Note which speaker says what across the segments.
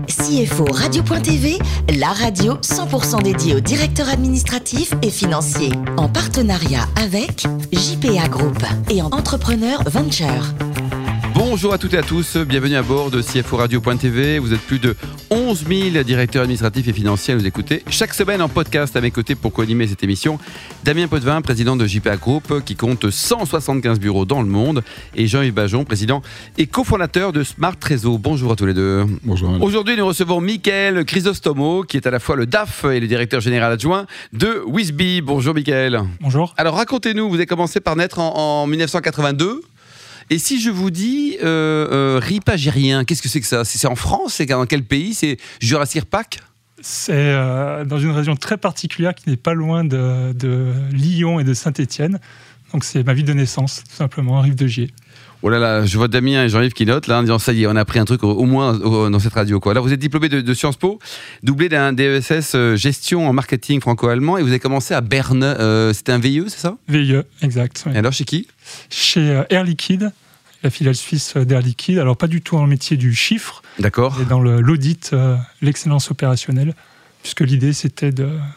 Speaker 1: CFO Radio.tv, la radio 100% dédiée aux directeurs administratifs et financiers. En partenariat avec JPA Group et en Entrepreneur Venture.
Speaker 2: Bonjour à toutes et à tous, bienvenue à bord de CFO Radio.tv. Vous êtes plus de 11 000 directeurs administratifs et financiers à nous écouter chaque semaine en podcast. À mes côtés pour co-animer cette émission, Damien Potvin, président de JPA Group, qui compte 175 bureaux dans le monde, et Jean-Yves Bajon, président et cofondateur de Smart Trésor. Bonjour à tous les deux.
Speaker 3: Bonjour.
Speaker 2: Aujourd'hui, nous recevons Michael Chrysostomo, qui est à la fois le DAF et le directeur général adjoint de Wisby. Bonjour Michael.
Speaker 4: Bonjour.
Speaker 2: Alors racontez-nous, vous avez commencé par naître en 1982. Et si je vous dis Ripagérien, qu'est-ce que c'est que ça ? C'est en France ? C'est dans quel pays ? C'est Jurassic Park ?
Speaker 4: C'est dans une région très particulière qui n'est pas loin de Lyon et de Saint-Étienne. Donc c'est ma ville de naissance, tout simplement, Rive de Gier.
Speaker 2: Oh là là, je vois Damien et Jean-Yves qui notent là en disant ça y est, on a appris un truc au moins dans cette radio, quoi. Là, vous êtes diplômé de Sciences Po, doublé d'un DESS gestion en marketing franco-allemand, et vous avez commencé à Berne. C'était un VIE, c'est ça ?
Speaker 4: VIE, exact. Oui.
Speaker 2: Et alors, chez qui ?
Speaker 4: Chez Air Liquide, la filiale suisse d'Air Liquide. Alors pas du tout dans le métier du chiffre,
Speaker 2: d'accord,
Speaker 4: mais dans l'audit, l'excellence opérationnelle, puisque l'idée c'était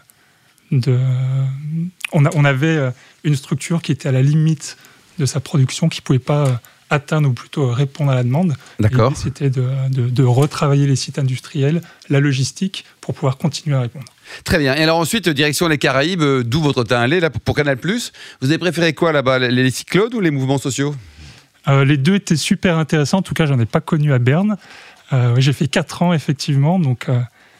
Speaker 4: on avait une structure qui était à la limite de sa production, qui ne pouvait pas atteindre ou plutôt répondre à la demande.
Speaker 2: D'accord.
Speaker 4: L'idée, c'était de retravailler les sites industriels, la logistique, pour pouvoir continuer à répondre.
Speaker 2: Très bien. Et alors ensuite, direction les Caraïbes, d'où votre teint allé, là, pour Canal+. Vous avez préféré quoi là-bas, les cyclones ou les mouvements sociaux ?
Speaker 4: Les deux étaient super intéressants. En tout cas, j'en ai pas connu à Berne. J'ai fait 4 ans, effectivement. Donc,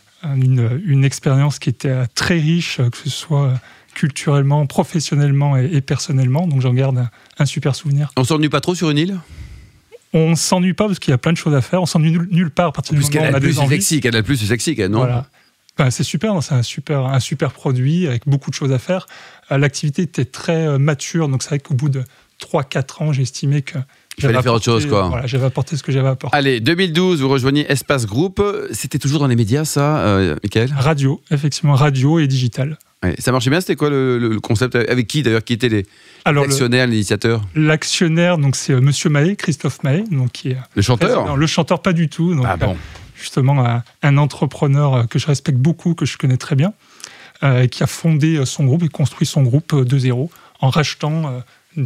Speaker 4: une expérience qui était très riche, que ce soit culturellement, professionnellement et personnellement. Donc, j'en garde un super souvenir.
Speaker 2: On s'ennuie pas trop sur une île ?
Speaker 4: On ne s'ennuie pas parce qu'il y a plein de choses à faire. On s'ennuie nulle part à partir du moment où on a des envies.
Speaker 2: Canal+, c'est sexy, non ?
Speaker 4: Voilà. C'est super, c'est un super produit avec beaucoup de choses à faire. L'activité était très mature, donc c'est vrai qu'au bout de 3-4 ans, j'ai estimé que
Speaker 2: j'avais faire autre chose, quoi.
Speaker 4: Voilà, j'avais apporté ce que j'avais apporté.
Speaker 2: Allez, 2012, vous rejoignez Espace Group. C'était toujours dans les médias, ça, Michael ?
Speaker 4: Radio, effectivement, radio et digital.
Speaker 2: Ouais, ça marchait bien, c'était quoi le concept ? Avec qui d'ailleurs ? Qui étaient les actionnaires, les initiateurs ?
Speaker 4: L'actionnaire, donc c'est Monsieur Mahé, Christophe Mahé, donc qui est
Speaker 2: le chanteur ?
Speaker 4: Non, le chanteur pas du tout. Donc,
Speaker 2: bon.
Speaker 4: Justement, un entrepreneur que je respecte beaucoup, que je connais très bien, qui a fondé son groupe et construit son groupe de zéro en rachetant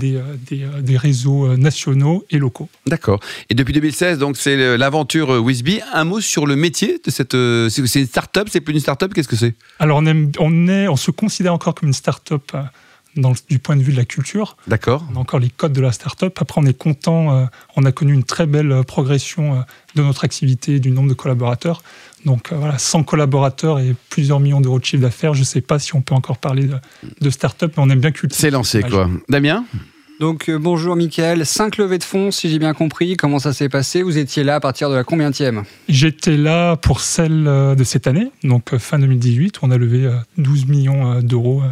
Speaker 4: des réseaux nationaux et locaux. D'accord.
Speaker 2: Et depuis 2016, donc c'est l'aventure Wisby. Un mot sur le métier de cette. C'est une start-up, c'est plus une start-up, qu'est-ce que c'est ?
Speaker 4: Alors on se considère encore comme une start-up du point de vue de la culture.
Speaker 2: D'accord.
Speaker 4: On a encore les codes de la start-up. Après, on est content. On a connu une très belle progression de notre activité, du nombre de collaborateurs. Donc voilà, 100 collaborateurs et plusieurs millions d'euros de chiffre d'affaires. Je ne sais pas si on peut encore parler de start-up, mais on aime bien cultiver.
Speaker 2: C'est lancé, quoi. Damien ?
Speaker 5: Donc bonjour Mickaël, 5 levées de fonds si j'ai bien compris, comment ça s'est passé ? Vous étiez là à partir de la combientième ?
Speaker 4: J'étais là pour celle de cette année, donc fin 2018, on a levé 12 millions d'euros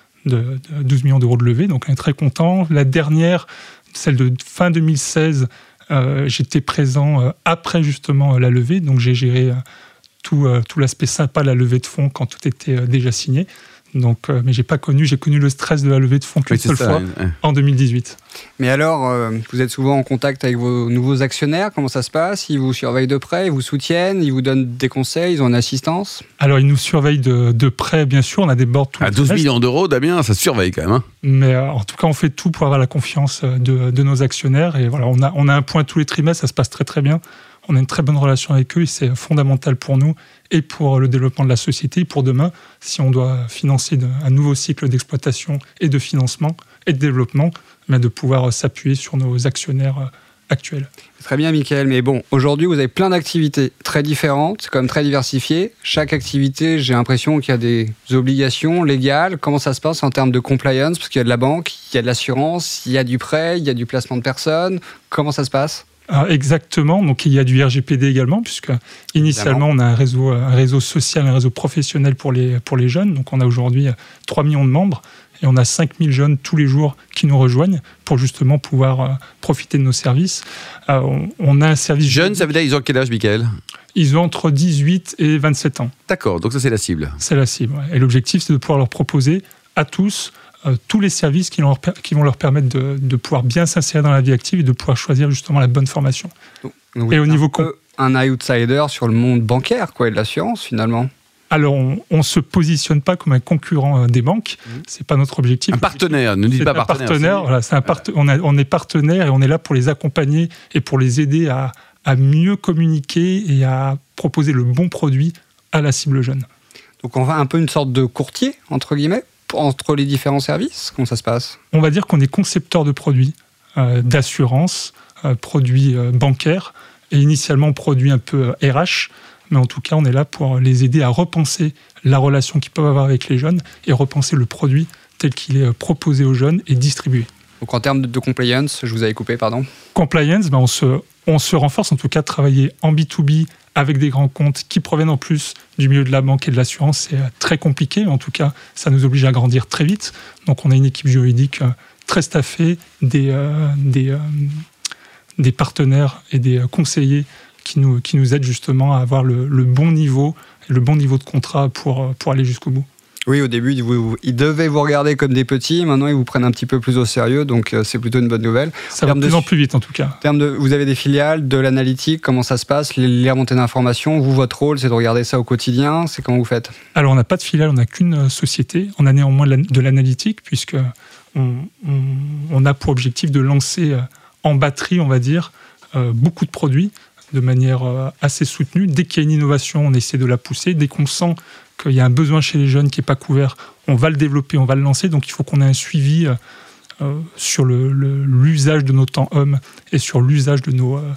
Speaker 4: de levée, donc on est très content. La dernière, celle de fin 2016, j'étais présent après justement la levée, donc j'ai géré tout l'aspect sympa de la levée de fonds quand tout était déjà signé. Donc, mais j'ai connu le stress de la levée de fonds qu'une seule fois en 2018.
Speaker 5: Mais alors, vous êtes souvent en contact avec vos nouveaux actionnaires, comment ça se passe ? Ils vous surveillent de près, ils vous soutiennent, ils vous donnent des conseils, ils ont une assistance ?
Speaker 4: Alors, ils nous surveillent de près, bien sûr, on a des boards tous les trimestres.
Speaker 2: 12 millions d'euros, Damien, ça surveille quand même. Hein.
Speaker 4: Mais en tout cas, on fait tout pour avoir la confiance de nos actionnaires. Et voilà, on a un point tous les trimestres, ça se passe très très bien. On a une très bonne relation avec eux et c'est fondamental pour nous et pour le développement de la société. Et pour demain, si on doit financer un nouveau cycle d'exploitation et de financement et de développement, mais de pouvoir s'appuyer sur nos actionnaires actuels.
Speaker 5: Très bien, Mickaël. Mais bon, aujourd'hui, vous avez plein d'activités très différentes, quand même très diversifiées. Chaque activité, j'ai l'impression qu'il y a des obligations légales. Comment ça se passe en termes de compliance ? Parce qu'il y a de la banque, il y a de l'assurance, il y a du prêt, il y a du placement de personnes. Comment ça se passe ?
Speaker 4: Exactement, donc il y a du RGPD également, puisque initialement on a un réseau social, un réseau professionnel pour les jeunes, donc on a aujourd'hui 3 millions de membres, et on a 5000 jeunes tous les jours qui nous rejoignent pour justement pouvoir profiter de nos services. On a un service...
Speaker 2: Jeunes, ça veut dire ils ont quel âge, Michael ?
Speaker 4: Ils ont entre 18 et 27 ans.
Speaker 2: D'accord, donc ça c'est la cible.
Speaker 4: C'est la cible, ouais. Et l'objectif c'est de pouvoir leur proposer à tous tous les services qui vont leur permettre de pouvoir bien s'insérer dans la vie active et de pouvoir choisir justement la bonne formation.
Speaker 5: Donc,
Speaker 4: et au niveau
Speaker 5: un outsider sur le monde bancaire, quoi, et de l'assurance, finalement.
Speaker 4: Alors, on ne se positionne pas comme un concurrent des banques. C'est pas notre objectif.
Speaker 2: Un partenaire, ne dites pas partenaire.
Speaker 4: Voilà, on est partenaire et on est là pour les accompagner et pour les aider à mieux communiquer et à proposer le bon produit à la cible jeune.
Speaker 5: Donc, on va un peu une sorte de courtier, entre guillemets, entre les différents services. Comment ça se passe ?
Speaker 4: On va dire qu'on est concepteur de produits, d'assurance, produits bancaires et initialement produits un peu RH. Mais en tout cas, on est là pour les aider à repenser la relation qu'ils peuvent avoir avec les jeunes et repenser le produit tel qu'il est proposé aux jeunes et distribué.
Speaker 5: Donc en termes de compliance, je vous avais coupé, pardon.
Speaker 4: Compliance, on se renforce en tout cas de travailler en B2B avec des grands comptes qui proviennent en plus du milieu de la banque et de l'assurance. C'est très compliqué, mais en tout cas, ça nous oblige à grandir très vite. Donc on a une équipe juridique très staffée, des partenaires et des conseillers qui nous aident justement à avoir le bon niveau de contrat pour aller jusqu'au bout.
Speaker 5: Oui, au début, ils devaient vous regarder comme des petits. Maintenant, ils vous prennent un petit peu plus au sérieux. Donc, c'est plutôt une bonne nouvelle.
Speaker 4: Ça va de plus en plus vite, en tout cas.
Speaker 5: Vous avez des filiales, de l'analytique. Comment ça se passe ? Les remontées d'informations. Vous, votre rôle, c'est de regarder ça au quotidien. C'est comment vous faites ?
Speaker 4: Alors, on n'a pas de filiale. On n'a qu'une société. On a néanmoins de l'analytique, puisque on a pour objectif de lancer en batterie, on va dire, beaucoup de produits de manière assez soutenue. Dès qu'il y a une innovation, on essaie de la pousser. Dès qu'on sent qu'il y a un besoin chez les jeunes qui n'est pas couvert, on va le développer, on va le lancer. Donc il faut qu'on ait un suivi sur l'usage de nos temps hommes et sur l'usage de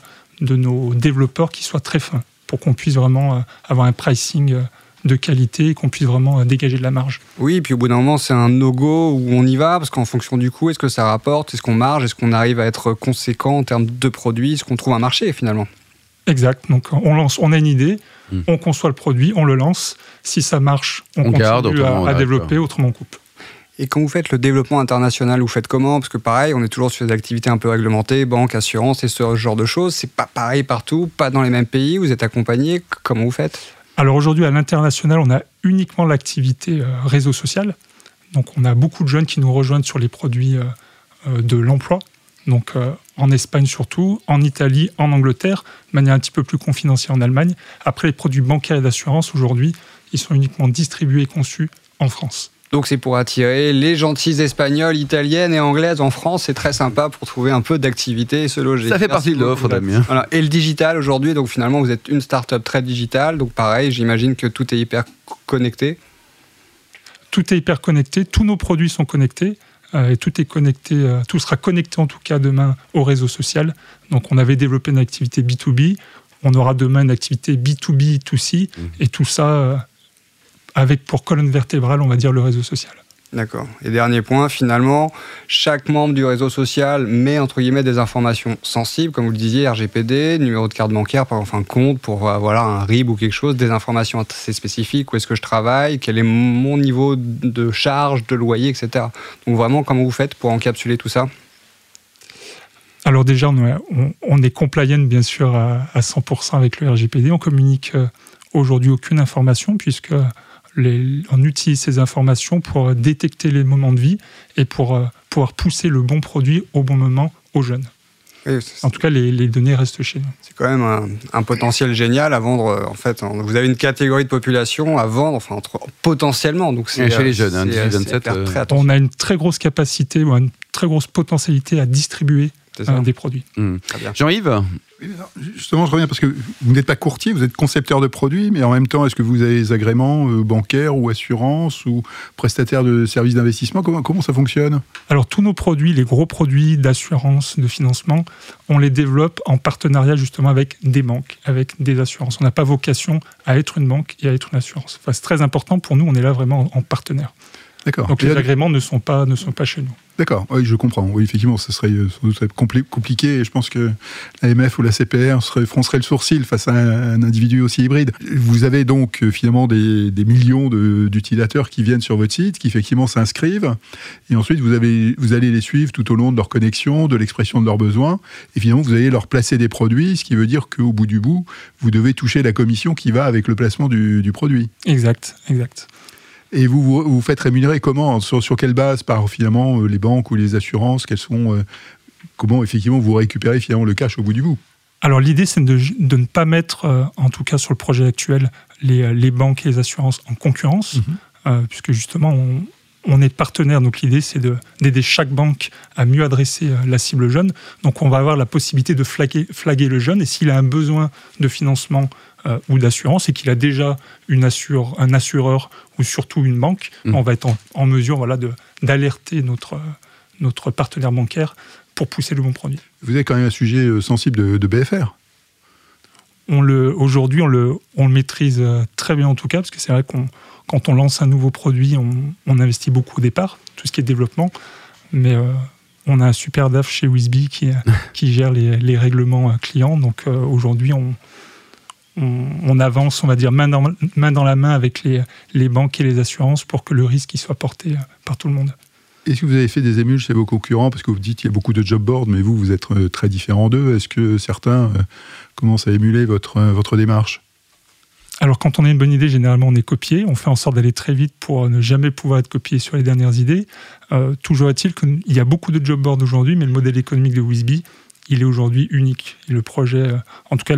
Speaker 4: nos développeurs qui soit très fin pour qu'on puisse vraiment avoir un pricing de qualité et qu'on puisse vraiment dégager de la marge.
Speaker 5: Oui, et puis au bout d'un moment, c'est un no-go où on y va, parce qu'en fonction du coût, est-ce que ça rapporte, est-ce qu'on marge, est-ce qu'on arrive à être conséquent en termes de produits, est-ce qu'on trouve un marché finalement ?
Speaker 4: Exact. Donc on a une idée, on conçoit le produit, on le lance. Si ça marche, on continue
Speaker 2: garde,
Speaker 4: à développer, autrement on coupe.
Speaker 5: Et quand vous faites le développement international, vous faites comment ? Parce que pareil, on est toujours sur des activités un peu réglementées, banque, assurance et ce genre de choses. C'est pas pareil partout, pas dans les mêmes pays. Vous êtes accompagné. Comment vous faites ?
Speaker 4: Alors aujourd'hui, à l'international, on a uniquement l'activité réseau social. Donc on a beaucoup de jeunes qui nous rejoignent sur les produits de l'emploi. Donc en Espagne surtout, en Italie, en Angleterre, de manière un petit peu plus confidentielle en Allemagne. Après, les produits bancaires et d'assurance, aujourd'hui, ils sont uniquement distribués et conçus en France.
Speaker 5: Donc c'est pour attirer les gentilles espagnoles, italiennes et anglaises en France. C'est très sympa pour trouver un peu d'activité et se loger.
Speaker 2: Ça fait partie de l'offre, Damien.
Speaker 5: Voilà. Et le digital aujourd'hui, donc finalement vous êtes une start-up très digitale. Donc pareil, j'imagine que tout est hyper connecté.
Speaker 4: Tout est hyper connecté, tous nos produits sont connectés. Et tout est connecté, tout sera connecté en tout cas demain au réseau social. Donc on avait développé une activité B2B, on aura demain une activité B2B, B2C, et tout ça avec pour colonne vertébrale, on va dire, le réseau social.
Speaker 5: D'accord. Et dernier point, finalement, chaque membre du réseau social met entre guillemets des informations sensibles, comme vous le disiez, RGPD, numéro de carte bancaire, enfin compte pour un RIB ou quelque chose, des informations assez spécifiques, où est-ce que je travaille, quel est mon niveau de charge, de loyer, etc. Donc vraiment, comment vous faites pour encapsuler tout ça ?
Speaker 4: Alors déjà, on est compliant bien sûr à 100% avec le RGPD. On communique aujourd'hui aucune information puisque on utilise ces informations pour détecter les moments de vie et pour pouvoir pousser le bon produit au bon moment aux jeunes. Oui, en tout cas, les données restent chez nous.
Speaker 5: C'est quand même un potentiel génial à vendre. En fait, vous avez une catégorie de population à vendre, potentiellement. Donc c'est
Speaker 2: chez les jeunes, 18-27.
Speaker 4: On a une très grosse capacité, une très grosse potentialité à distribuer des produits.
Speaker 5: Très bien.
Speaker 2: Jean-Yves ?
Speaker 3: Justement, je reviens parce que vous n'êtes pas courtier, vous êtes concepteur de produits, mais en même temps, est-ce que vous avez des agréments bancaires ou assurances ou prestataires de services d'investissement ? Comment ça fonctionne ?
Speaker 4: Alors, tous nos produits, les gros produits d'assurance, de financement, on les développe en partenariat justement avec des banques, avec des assurances. On n'a pas vocation à être une banque et à être une assurance. Enfin, c'est très important pour nous, on est là vraiment en partenaire.
Speaker 3: D'accord.
Speaker 4: Donc les agréments ne sont pas chez nous.
Speaker 3: D'accord, oui, je comprends. Oui, effectivement, ce serait sans doute compliqué. Et je pense que l'AMF ou la CPR froncerait le sourcil face à un individu aussi hybride. Vous avez donc finalement des millions d'utilisateurs qui viennent sur votre site, qui effectivement s'inscrivent. Et ensuite, vous allez les suivre tout au long de leur connexion, de l'expression de leurs besoins. Et finalement, vous allez leur placer des produits, ce qui veut dire qu'au bout du bout, vous devez toucher la commission qui va avec le placement du produit.
Speaker 4: Exact.
Speaker 3: Et vous faites rémunérer comment ? Sur quelle base ? Par finalement les banques ou les assurances ? Comment effectivement vous récupérez finalement le cash au bout du bout ?
Speaker 4: Alors l'idée, c'est de ne pas mettre, en tout cas sur le projet actuel, les banques et les assurances en concurrence, puisque justement, on est partenaire. Donc l'idée, c'est d'aider chaque banque à mieux adresser la cible jeune. Donc on va avoir la possibilité de flaguer le jeune, et s'il a un besoin de financement ou d'assurance et qu'il a déjà un assureur ou surtout une banque, on va être en mesure d'alerter notre partenaire bancaire pour pousser le bon produit.
Speaker 3: Vous avez quand même un sujet sensible de BFR.
Speaker 4: Aujourd'hui, on le maîtrise très bien en tout cas, parce que c'est vrai quand on lance un nouveau produit, on investit beaucoup au départ, tout ce qui est développement, mais on a un super DAF chez Wisby qui gère les règlements clients. Donc aujourd'hui, on avance, on va dire, main dans la main avec les banques et les assurances pour que le risque il soit porté par tout le monde.
Speaker 3: Est-ce que vous avez fait des émules chez vos concurrents? Parce que vous dites qu'il y a beaucoup de job boards, mais vous êtes très différent d'eux. Est-ce que certains commencent à émuler votre démarche?
Speaker 4: Alors, quand on a une bonne idée, généralement, on est copié. On fait en sorte d'aller très vite pour ne jamais pouvoir être copié sur les dernières idées. Toujours est-il qu'il y a beaucoup de job boards aujourd'hui, mais le modèle économique de Wisby, il est aujourd'hui unique. Et le projet, en tout cas,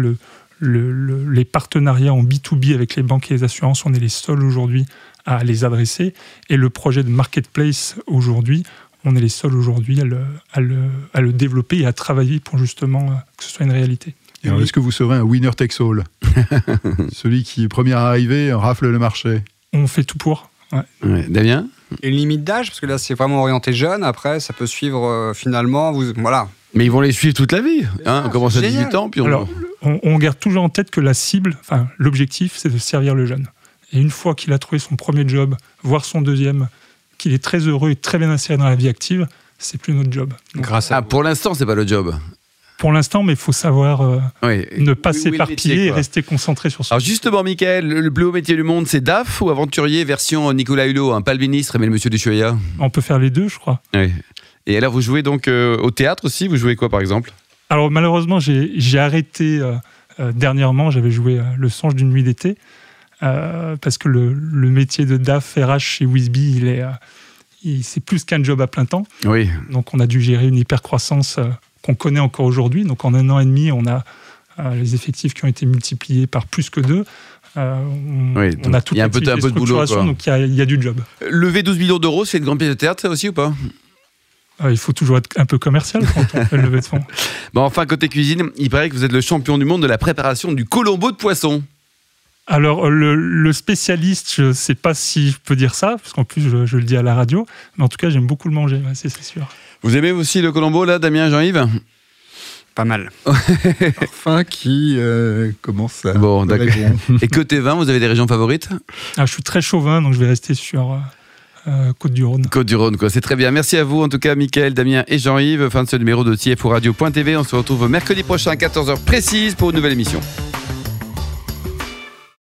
Speaker 4: les partenariats en B2B avec les banques et les assurances, on est les seuls aujourd'hui à les adresser. Et le projet de marketplace aujourd'hui, on est les seuls aujourd'hui à le développer et à travailler pour justement que ce soit une réalité.
Speaker 3: Et alors, est-ce que vous serez un winner takes all? Celui qui est premier arrivé rafle le marché? On
Speaker 4: fait tout pour.
Speaker 2: Ouais. Damien?
Speaker 5: Et une limite d'âge, parce que là c'est vraiment orienté jeune, après ça peut suivre finalement, voilà.
Speaker 2: Mais ils vont les suivre toute la vie. On commence à 18 ans, puis
Speaker 4: Alors, on garde toujours en tête que la cible, l'objectif, c'est de servir le jeune. Et une fois qu'il a trouvé son premier job, voire son deuxième, qu'il est très heureux et très bien inséré dans la vie active, c'est plus notre job. Donc,
Speaker 2: pour l'instant, c'est pas le job.
Speaker 4: Pour l'instant, mais il faut savoir ne pas s'éparpiller et rester concentré sur ça.
Speaker 2: Alors justement, Mickaël, le plus haut métier du monde, c'est DAF ou aventurier version Nicolas Hulot, pas le ministre, mais le monsieur Deschoya?
Speaker 4: On peut faire les deux, je crois.
Speaker 2: Oui. Et alors, vous jouez donc au théâtre aussi? Vous jouez quoi, par exemple? Alors,
Speaker 4: malheureusement, j'ai arrêté dernièrement. J'avais joué Le Songe d'une nuit d'été, parce que le métier de DAF RH chez Wisby, c'est plus qu'un job à plein temps.
Speaker 2: Oui.
Speaker 4: Donc, on a dû gérer une hyper-croissance qu'on connaît encore aujourd'hui. Donc, en 1 an et demi, on a les effectifs qui ont été multipliés par plus que 2. On a toute
Speaker 2: un peu de boulot, quoi.
Speaker 4: Donc il y a du job.
Speaker 2: Lever 12 millions d'euros, c'est une grande pièce de théâtre, ça aussi, ou pas?
Speaker 4: Il faut toujours être un peu commercial quand on fait le levée de fonds.
Speaker 2: Bon, enfin, côté cuisine, il paraît que vous êtes le champion du monde de la préparation du colombo de poisson.
Speaker 4: Alors, le spécialiste, je ne sais pas si je peux dire ça, parce qu'en plus, je le dis à la radio, mais en tout cas, j'aime beaucoup le manger, c'est sûr.
Speaker 2: Vous aimez aussi le colombo, là, Damien, Jean-Yves?
Speaker 5: Pas mal.
Speaker 3: Enfin, qui commence à...
Speaker 2: Bon, d'accord. Et côté vin, vous avez des régions favorites?
Speaker 4: Je suis très chauvin, donc je vais rester sur... Côte-du-Rhône.
Speaker 2: Côte-du-Rhône, quoi. C'est très bien. Merci à vous, en tout cas, Mickaël, Damien et Jean-Yves. Fin de ce numéro de CFO Radio.tv. On se retrouve mercredi prochain à 14h précise pour une nouvelle émission.